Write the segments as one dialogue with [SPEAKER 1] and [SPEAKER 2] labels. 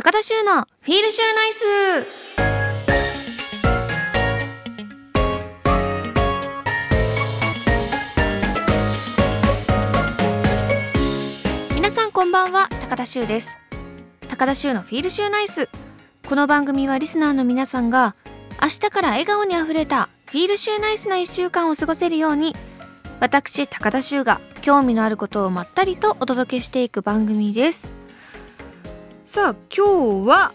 [SPEAKER 1] 高田修のフィールシューナイス。皆さんこんばんは、高田修です。高田修のフィールシューナイス。この番組はリスナーの皆さんが明日から笑顔にあふれたフィールシューナイスな1週間を過ごせるように、私高田修が興味のあることをまったりとお届けしていく番組です。さあ今日は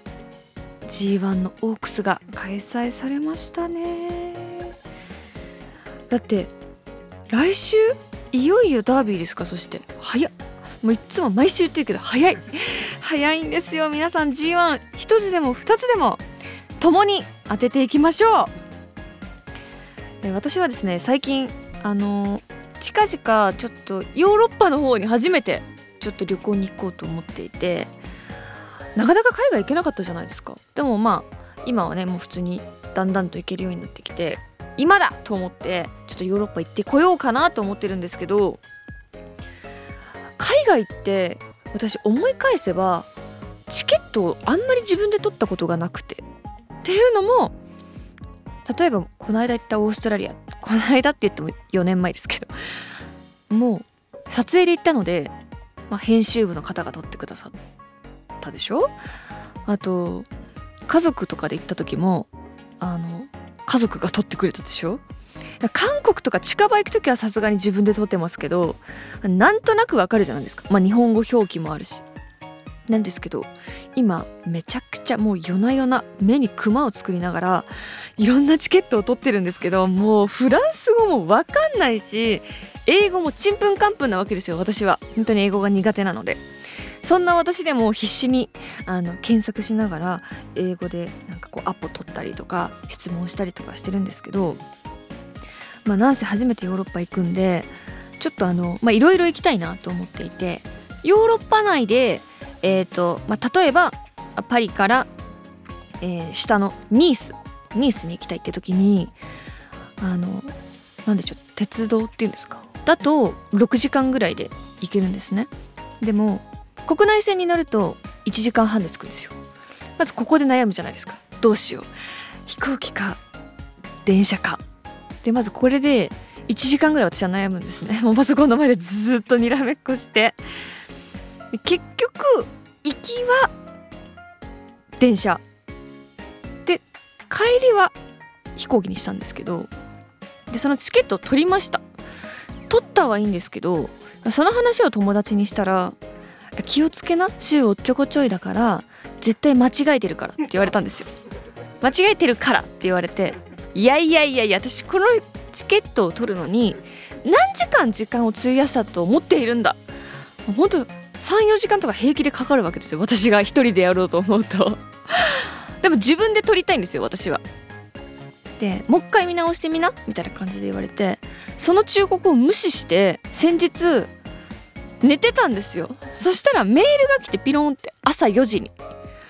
[SPEAKER 1] G1 のオークスが開催されましたね。だって来週いよいよダービーですか。そして早っ、もういつも毎週言ってるけど早いんですよ。皆さん G1 一つでも二つでも共に当てていきましょう。私はですね、最近近々ちょっとヨーロッパの方に初めてちょっと旅行に行こうと思っていて、なかなか海外行けなかったじゃないですか。でもまあ今はね、もう普通にだんだんと行けるようになってきて、今だと思ってちょっとヨーロッパ行ってこようかなと思ってるんですけど、海外って私思い返せばチケットをあんまり自分で取ったことがなくて、っていうのも例えばこの間行ったオーストラリア、この間って言っても4年前ですけど、もう撮影で行ったので、編集部の方が撮ってくださったでしょ。あと家族とかで行った時も家族が撮ってくれたでしょ。韓国とか近場行く時はさすがに自分で撮ってますけど、なんとなくわかるじゃないですか。日本語表記もあるしなんですけど、今めちゃくちゃもう夜な夜な目にクマを作りながらいろんなチケットを取ってるんですけど、もうフランス語もわかんないし英語もちんぷんかんぷんなわけですよ。私は本当に英語が苦手なので、そんな私でも必死に検索しながら英語でなんかこうアポ取ったりとか質問したりとかしてるんですけど、なんせ初めてヨーロッパ行くんでちょっといろいろ行きたいなと思っていて、ヨーロッパ内で例えばパリから、下のニースに行きたいって時になんでしょう、鉄道っていうんですか、だと6時間ぐらいで行けるんですね。でも国内線に乗ると1時間半で着くんですよ。まずここで悩むじゃないですか。どうしよう、飛行機か電車かで、まずこれで1時間ぐらい私は悩むんですね。もうパソコンの前でずっとにらめっこして、結局行きは電車で帰りは飛行機にしたんですけど、でそのチケットを取りました。取ったはいいんですけど、その話を友達にしたら、気をつけな、週おっちょこちょいだから絶対間違えてるからって言われたんですよ。間違えてるからって言われて、いや私このチケットを取るのに何時間を費やしたと思っているんだ。本当3、4時間とか平気でかかるわけですよ、私が一人でやろうと思うとでも自分で撮りたいんですよ、私は。でもう一回見直してみなみたいな感じで言われて、その忠告を無視して先日寝てたんですよ。そしたらメールが来て、ピロンって、朝4時に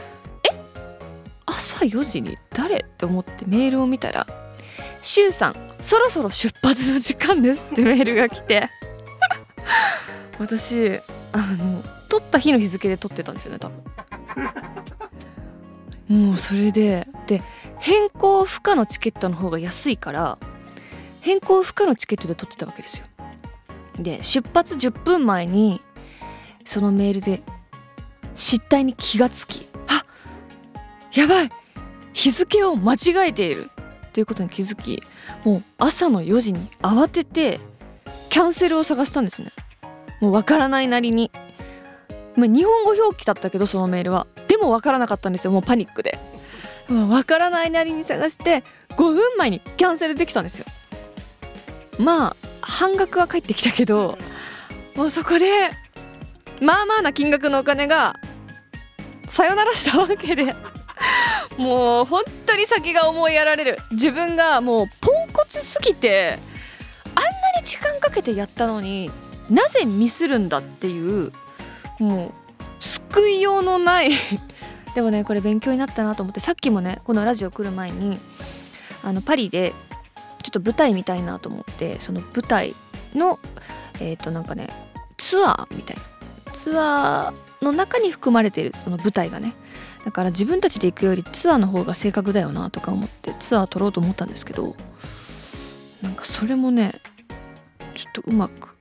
[SPEAKER 1] 朝4時に誰って思ってメールを見たら、シュウさんそろそろ出発の時間ですってメールが来て私撮った日の日付で撮ってたんですよね、多分。もうそれで変更不可のチケットの方が安いから変更不可のチケットで撮ってたわけですよ。で出発10分前にそのメールで失態に気がつき、やばい、日付を間違えているということに気づき、もう朝の4時に慌ててキャンセルを探したんですね。もうわからないなりに、日本語表記だったけどそのメールはでもわからなかったんですよ。もうパニックでわからないなりに探して5分前にキャンセルできたんですよ。半額は返ってきたけど、もうそこでまあまあな金額のお金がさよならしたわけでもう本当に先が思いやられる。自分がもうポンコツすぎて、あんなに時間かけてやったのになぜミスるんだっていう、もう救いようのないでもね、これ勉強になったなと思って、さっきもねこのラジオ来る前にパリでちょっと舞台見たいなと思って、その舞台のなんかねツアーみたいなツアーの中に含まれているその舞台がねだから自分たちで行くよりツアーの方が正確だよなとか思ってツアー取ろうと思ったんですけど、なんかそれもねちょっとうまく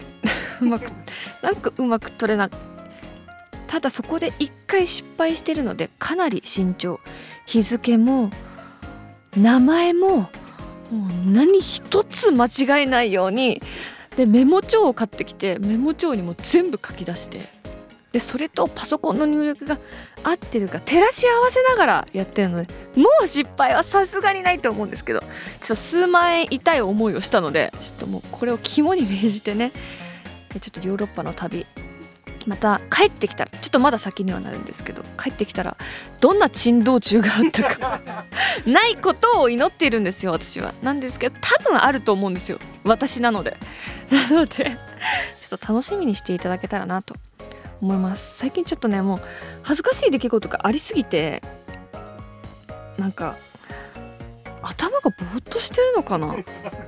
[SPEAKER 1] 取れな。ただそこで一回失敗してるのでかなり慎重。日付も名前ももう何一つ間違えないようにでメモ帳を買ってきてメモ帳にも全部書き出して、でそれとパソコンの入力が合ってるか照らし合わせながらやってるので、もう失敗はさすがにないと思うんですけど、ちょっと数万円痛い思いをしたので、ちょっともうこれを肝に銘じてね、でちょっとヨーロッパの旅また帰ってきたら、ちょっとまだ先にはなるんですけど、帰ってきたらどんな珍道中があったかないことを祈っているんですよ私は。なんですけど多分あると思うんですよ、私なのでちょっと楽しみにしていただけたらなと思います。最近ちょっとねもう恥ずかしい出来事がありすぎて、なんか頭がぼーっとしてるのかな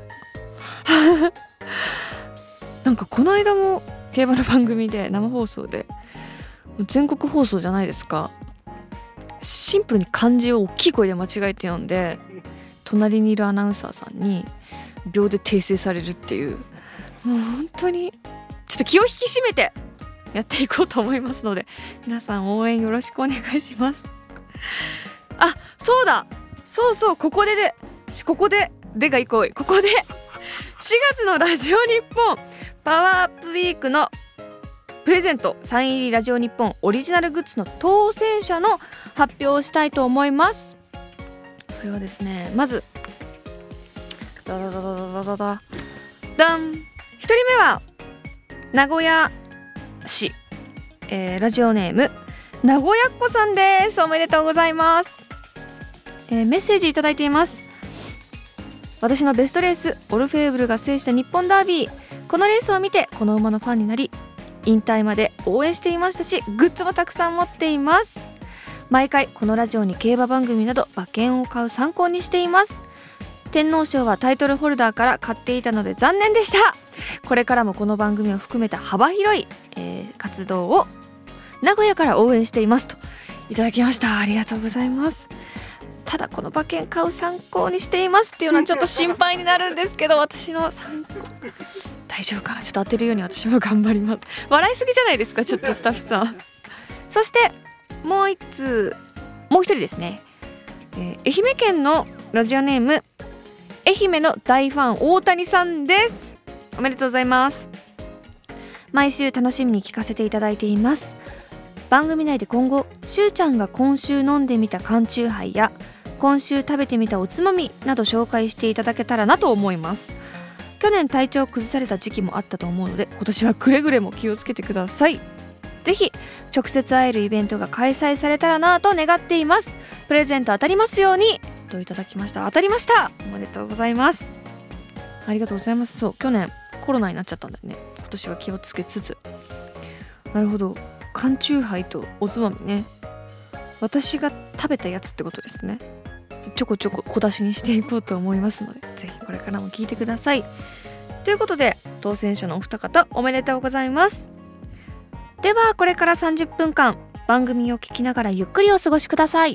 [SPEAKER 1] なんかこの間も競馬の番組で生放送で全国放送じゃないですか、シンプルに漢字を大きい声で間違えて読んで隣にいるアナウンサーさんに秒で訂正されるっていう、もう本当にちょっと気を引き締めてやっていこうと思いますので、皆さん応援よろしくお願いします。あ、そうだ、そうここででがいこい、ここで4月のラジオ日本パワーアップウィークのプレゼントサイン入りラジオ日本オリジナルグッズの当選者の発表をしたいと思います。それはですね、まずダン、1人目は名古屋市、ラジオネーム名古屋っ子さんです。おめでとうございます。メッセージいただいています。私のベストレースオルフェーブルが制した日本ダービー、このレースを見てこの馬のファンになり引退まで応援していましたし、グッズもたくさん持っています。毎回このラジオに競馬番組など馬券を買う参考にしています。天皇賞はタイトルホルダーから買っていたので残念でした。これからもこの番組を含めた幅広い、活動を名古屋から応援していますといただきました。ありがとうございます。ただこの馬券買う参考にしていますっていうのはちょっと心配になるんですけど私の参考大丈夫かな、ちょっと当てるように私も頑張ります。笑いすぎじゃないですかちょっとスタッフさんそしてもう一人ですね、愛媛県のラジオネーム愛媛の大ファン大谷さんです。おめでとうございます。毎週楽しみに聞かせていただいています。番組内で今後しゅうちゃんが今週飲んでみた缶チューハイや今週食べてみたおつまみなど紹介していただけたらなと思います。去年体調を崩された時期もあったと思うので今年はくれぐれも気をつけてください。ぜひ直接会えるイベントが開催されたらなと願っています。プレゼント当たりますようにといただきました。当たりました。おめでとうございます。ありがとうございます。そう、去年コロナになっちゃったんだよね。今年は気をつけつつ。なるほど、缶チューハイとおつまみね、私が食べたやつってことですね。ちょこちょこ小出しにしていこうと思いますので、ぜひこれからも聞いてください。ということで当選者のお二方おめでとうございます。ではこれから30分間番組を聞きながらゆっくりお過ごしください。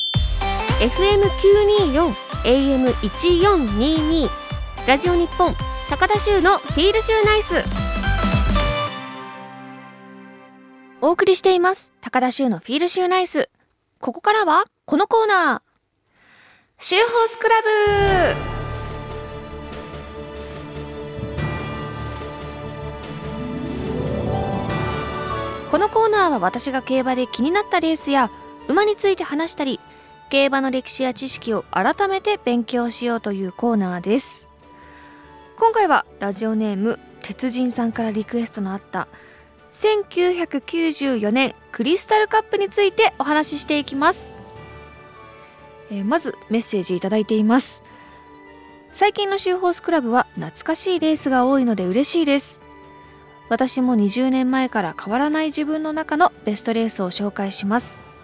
[SPEAKER 1] FM924 AM1422 ラジオ日本高田修のフィールシューナイス。お送りしています高田修のフィールシューナイス。ここからはこのコーナー、シューホースクラブ。このコーナーは私が競馬で気になったレースや馬について話したり、競馬の歴史や知識を改めて勉強しようというコーナーです。今回はラジオネーム鉄人さんからリクエストのあった1994年クリスタルカップについてお話ししていきます。まずメッセージいただいています。最近のシューホースクラブは懐かしいレースが多いので嬉しいです。私も20年前から変わらない自分の中のベストレースを紹介します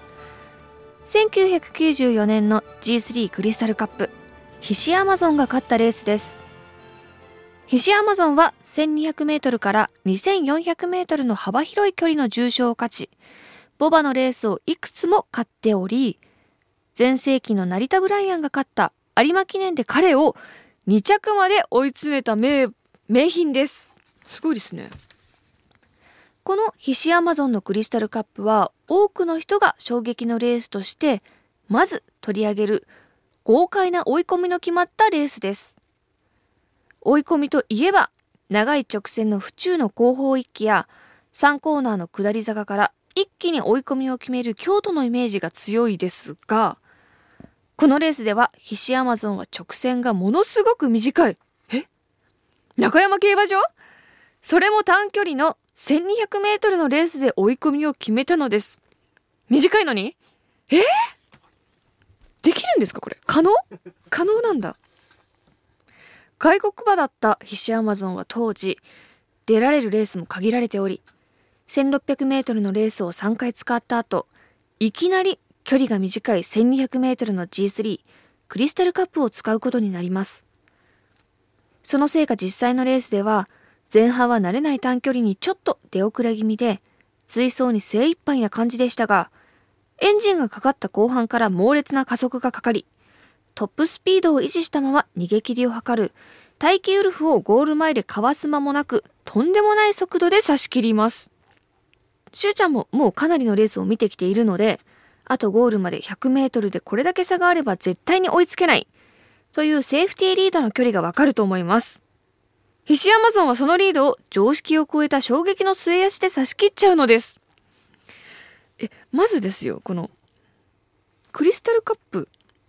[SPEAKER 1] 。1994年の G3 クリスタルカップ、ヒシアマゾンが勝ったレースです。ヒシアマゾンは 1200m から 2400m の幅広い距離の重賞を勝ち、 ボバのレースをいくつも勝っており、前世紀の成田ブライアンが勝った有馬記念で彼を2着まで追い詰めた名品です。すごいですね。このヒシアマゾンのクリスタルカップは多くの人が衝撃のレースとしてまず取り上げる豪快な追い込みの決まったレースです。追い込みといえば長い直線の府中の後方一騎や3コーナーの下り坂から一気に追い込みを決める京都のイメージが強いですが、このレースではヒシアマゾンは直線がものすごく短い。中山競馬場？それも短距離の1200メートルのレースで追い込みを決めたのです。短いのに？できるんですかこれ？可能なんだ。外国馬だったヒシアマゾンは当時出られるレースも限られており、1600メートルのレースを3回使った後、いきなり距離が短い1200メートルの G3 クリスタルカップを使うことになります。そのせいか実際のレースでは前半は慣れない短距離にちょっと出遅れ気味で追走に精一杯な感じでしたが、エンジンがかかった後半から猛烈な加速がかかり、トップスピードを維持したまま逃げ切りを図る大気ウルフをゴール前でかわす間もなく、とんでもない速度で差し切ります。しゅうちゃんももうかなりのレースを見てきているので、あとゴールまで100メートルでこれだけ差があれば絶対に追いつけないというセーフティーリードの距離がわかると思います。ヒシアマゾンはそのリードを常識を超えた衝撃の末足で差し切っちゃうのです。まずですよ、このクリスタルカップ、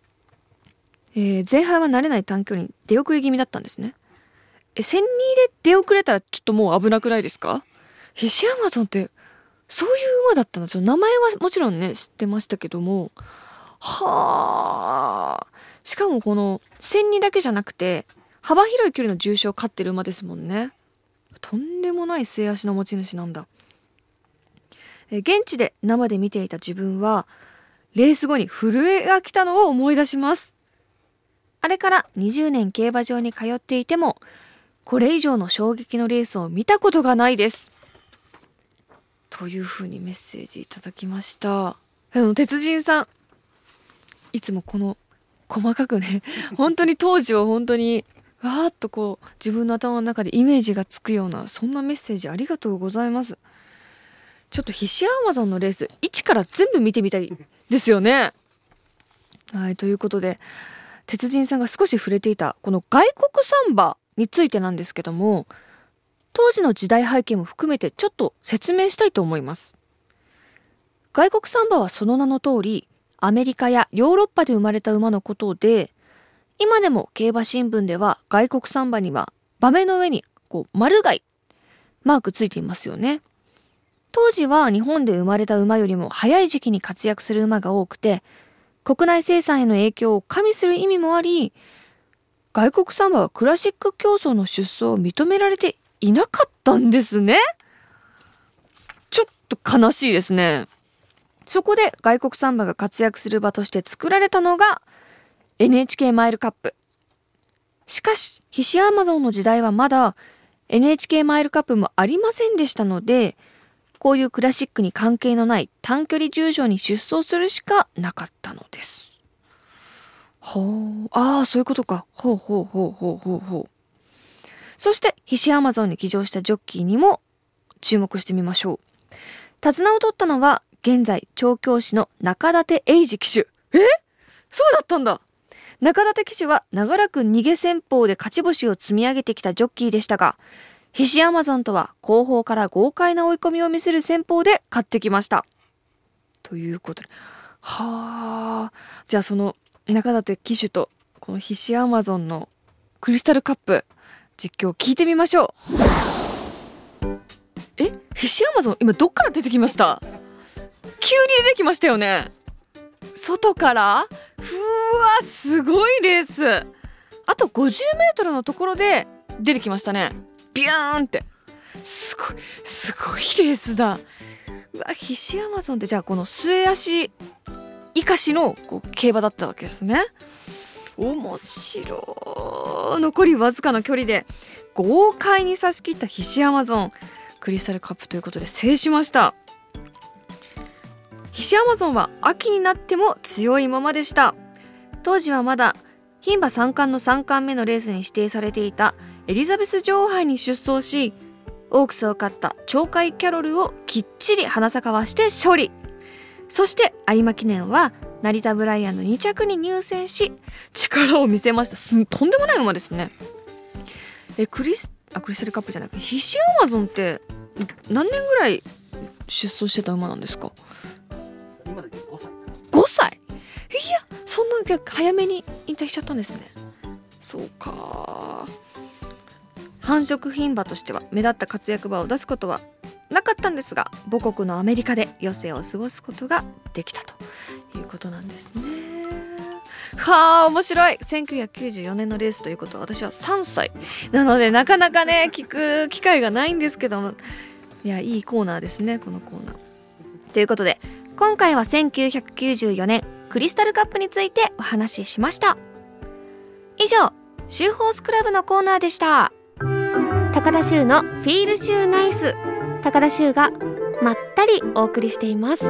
[SPEAKER 1] 前半は慣れない短距離に出遅れ気味だったんですね。1002で出遅れたらちょっともう危なくないですか？ヒシアマゾンってそういう馬だったんですよ。名前はもちろんね知ってましたけども、しかもこの1002だけじゃなくて幅広い距離の重賞を勝ってる馬ですもんね。とんでもない末足の持ち主なんだ。現地で生で見ていた自分はレース後に震えが来たのを思い出します。あれから20年競馬場に通っていてもこれ以上の衝撃のレースを見たことがないです、というふうにメッセージいただきました。鉄人さん、いつもこの細かくね本当に当時を本当にわーっとこう自分の頭の中でイメージがつくようなそんなメッセージありがとうございます。ちょっとヒシアマゾンのレース1から全部見てみたいですよね。はい、ということで鉄人さんが少し触れていたこの外国サンバについてなんですけども、当時の時代背景も含めてちょっと説明したいと思います。外国サンバはその名の通りアメリカやヨーロッパで生まれた馬のことで、今でも競馬新聞では外国サンバには馬名の上にこう丸貝マークついていますよね。当時は日本で生まれた馬よりも早い時期に活躍する馬が多くて、国内生産への影響を加味する意味もあり、外国サンバはクラシック競争の出走を認められていなかったんですね。ちょっと悲しいですね。そこで外国サンバが活躍する場として作られたのが NHK マイルカップ。しかしヒシアマゾンの時代はまだ NHK マイルカップもありませんでしたので、こういうクラシックに関係のない短距離重賞に出走するしかなかったのです。そういうことか。ほう。そしてヒシアマゾンに騎乗したジョッキーにも注目してみましょう。手綱を取ったのは現在調教師の中立英二騎手。そうだったんだ。中立騎手は長らく逃げ戦法で勝ち星を積み上げてきたジョッキーでしたが、ヒシアマゾンとは後方から豪快な追い込みを見せる戦法で勝ってきました。ということで、じゃあその中立騎手とこのヒシアマゾンのクリスタルカップ実況を聞いてみましょう。ヒシアマゾン今どっから出てきました？急に出てきましたよね。外から？すごいレース。あと50メートルのところで出てきましたね。ビューンって。すごいレースだ。ヒシアマゾンってじゃあこの末足生かしのこう競馬だったわけですね。面白い。残りわずかな距離で豪快に差し切ったヒシアマゾン、クリスタルカップということで制しました。 西アマゾンは秋になっても強いままでした。当時はまだ牝馬三冠の3冠目のレースに指定されていたエリザベス女王杯に出走し、オークスを勝った鳥海キャロルをきっちり花咲かわして勝利。そして有馬記念は成田ブライアンの2着に入選し力を見せました。とんでもない馬ですね。クリスタルカップじゃなくて西アマゾンって何年ぐらい出走してた馬なんですか？
[SPEAKER 2] 今で5歳。
[SPEAKER 1] 5歳？いや、そんな早めに引退しちゃったんですね。そうか。繁殖牝馬としては目立った活躍馬を出すことはなかったんですが、母国のアメリカで余生を過ごすことができたということなんですね。はあ、面白い。1994年のレースということは私は3歳なのでなかなかね聞く機会がないんですけども、いや、いいコーナーですね、このコーナー。ということで今回は1994年クリスタルカップについてお話ししました。以上、シューホースクラブのコーナーでした。高田修のフィールシューナイス、高田修がまったりお送りしています。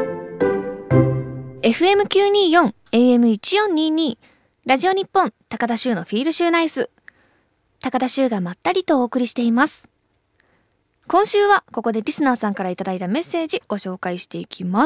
[SPEAKER 1] FM924 AM1422 ラジオ日本高田修のフィールシューナイス、高田修がまったりとお送りしています。今週はここでリスナーさんからいただいたメッセージご紹介していきます。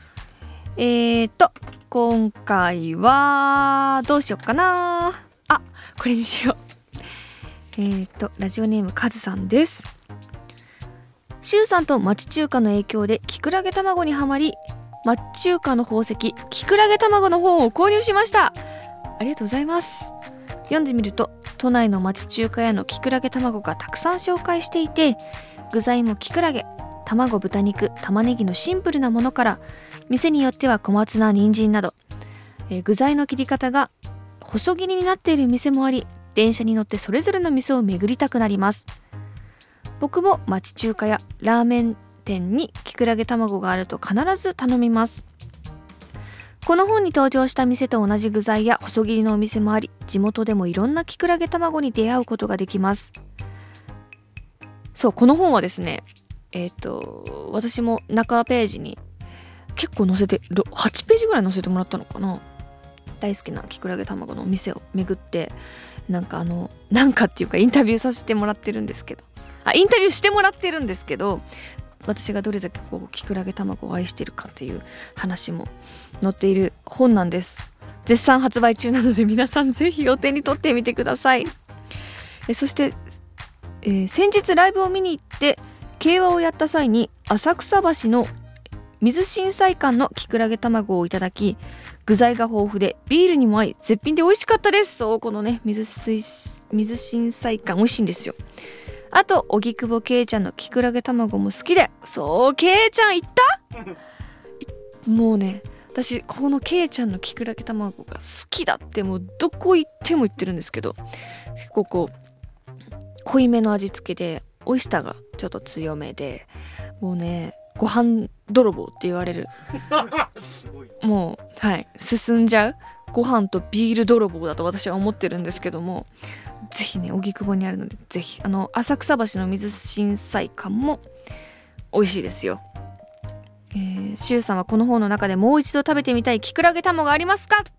[SPEAKER 1] 今回はどうしよっかな。これにしよう。ラジオネームカズさんです。シュウさんと町中華の影響でキクラゲ卵にはまり、町中華の宝石キクラゲ卵の本を購入しました。ありがとうございます。読んでみると都内の町中華屋のキクラゲ卵がたくさん紹介していて、具材もキクラゲ、卵、豚肉、玉ねぎのシンプルなものから、店によっては小松菜、人参など、具材の切り方が細切りになっている店もあり、電車に乗ってそれぞれの店を巡りたくなります。僕も町中華やラーメン店にキクラゲ卵があると必ず頼みます。この本に登場した店と同じ具材や細切りのお店もあり、地元でもいろんなキクラゲ卵に出会うことができます。そう、この本はですね、私も中ページに結構載せて、8ページぐらい載せてもらったのかな。大好きなキクラゲ卵のお店を巡って、なんかっていうかインタビューさせてもらってるんですけど、インタビューしてもらってるんですけど、私がどれだけキクラゲ卵を愛しているかっていう話も載っている本なんです。絶賛発売中なので皆さんぜひお手に取ってみてください。そして、先日ライブを見に行って競馬をやった際に浅草橋の水震災館のキクラゲ卵をいただき、具材が豊富でビールにも合い絶品で美味しかったです。そう、このね水震災館美味しいんですよ。あと荻窪けいちゃんのキクラゲ卵も好きで、そう、けいちゃん行ったもうね、私このけいちゃんのキクラゲ卵が好きだってもうどこ行っても言ってるんですけど、結構濃いめの味付けでオイスターがちょっと強めで、もうねご飯泥棒って言われるもうはい進んじゃうご飯とビール泥棒だと私は思ってるんですけども、ぜひね荻窪にあるのでぜひ浅草橋の水震災館も美味しいですよ。シュウさんはこの本の中でもう一度食べてみたいキクラゲ卵ありますか？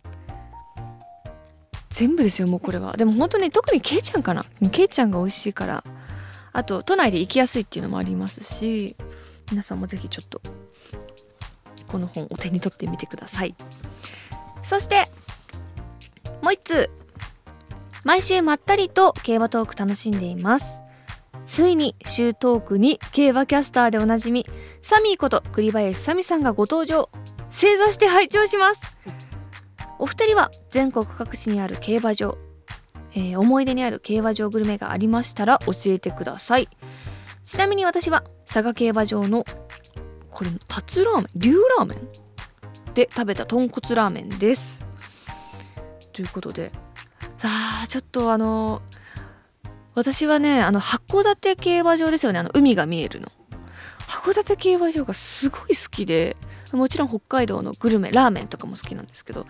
[SPEAKER 1] 全部ですよ、もうこれは。でも本当に特にケイちゃんかな、ケイちゃんが美味しいから。あと都内で行きやすいっていうのもありますし、皆さんもぜひちょっとこの本お手に取ってみてください。そしてもう一通、毎週まったりと競馬トーク楽しんでいます。ついに週トークに競馬キャスターでおなじみサミーこと栗林サミさんがご登場。正座して拝聴します。お二人は全国各地にある競馬場、思い出にある競馬場グルメがありましたら教えてください。ちなみに私は佐賀競馬場のこれタツラーメン、龍ラーメンで食べた豚骨ラーメンです。ということで、ちょっと私はね函館競馬場ですよね、海が見えるの函館競馬場がすごい好きで、もちろん北海道のグルメラーメンとかも好きなんですけど、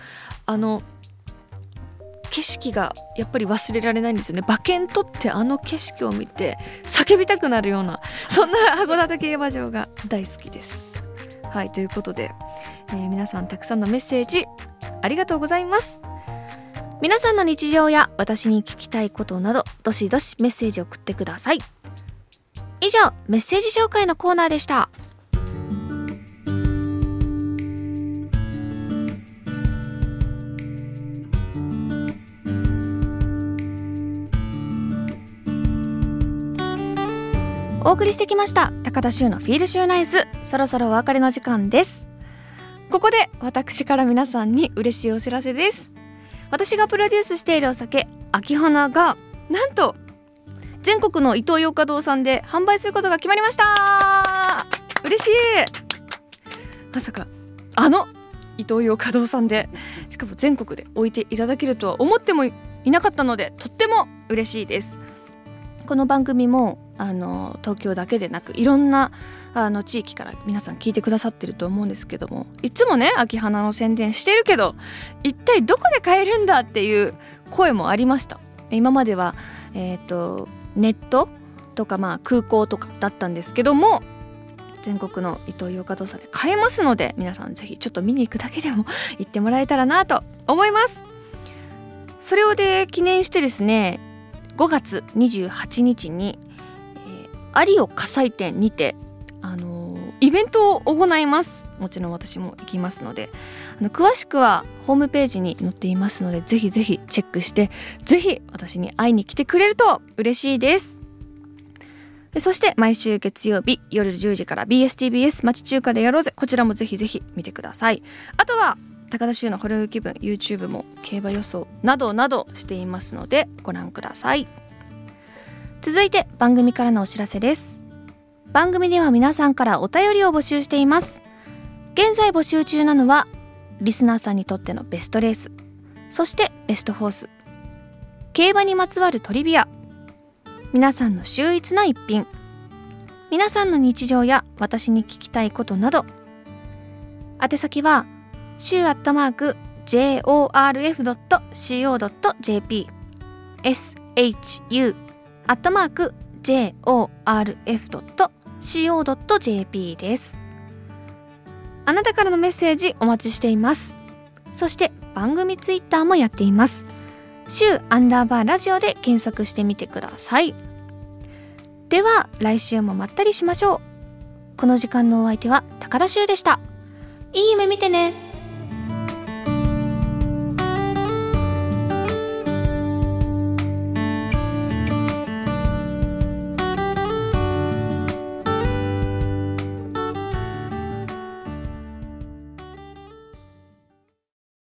[SPEAKER 1] 景色がやっぱり忘れられないんですよね。馬券取って景色を見て叫びたくなるような、そんな函館競馬場が大好きです。 はい、ということで、皆さんたくさんのメッセージありがとうございます。皆さんの日常や私に聞きたいことなどどしどしメッセージを送ってください。以上、メッセージ紹介のコーナーでした。お送りしてきました高田修のフィールシューナイス、そろそろお別れの時間です。ここで私から皆さんに嬉しいお知らせです。私がプロデュースしているお酒秋花がなんと全国のイトーヨーカドーさんで販売することが決まりました。嬉しい。まさかイトーヨーカドーさんで、しかも全国で置いていただけるとは思ってもいなかったので、とっても嬉しいです。この番組も東京だけでなくいろんな地域から皆さん聞いてくださってると思うんですけども、いつもね秋花の宣伝してるけど一体どこで買えるんだっていう声もありました。今までは、ネットとか空港とかだったんですけども、全国のイトーヨーカドーさんで買えますので、皆さんぜひちょっと見に行くだけでも行ってもらえたらなと思います。それを記念してですね、5月28日に有オ火災店にてイベントを行います。もちろん私も行きますので、詳しくはホームページに載っていますので、ぜひぜひチェックして、ぜひ私に会いに来てくれると嬉しいです。そして毎週月曜日夜10時から BSTBS 町中華でやろうぜ、こちらもぜひぜひ見てください。あとは高田修のほろ酔い気分 YouTube も競馬予想などなどしていますのでご覧ください。続いて番組からのお知らせです。番組では皆さんからお便りを募集しています。現在募集中なのはリスナーさんにとってのベストレース、そしてベストホース、競馬にまつわるトリビア、皆さんの秀逸な一品、皆さんの日常や私に聞きたいことなど。宛先はshu@jorf.co.jp shu@jorf.co.jp です。あなたからのメッセージお待ちしています。そして番組ツイッターもやっています。週_ラジオで検索してみてください。では来週もまったりしましょう。この時間のお相手は高田修でした。いい夢見てね。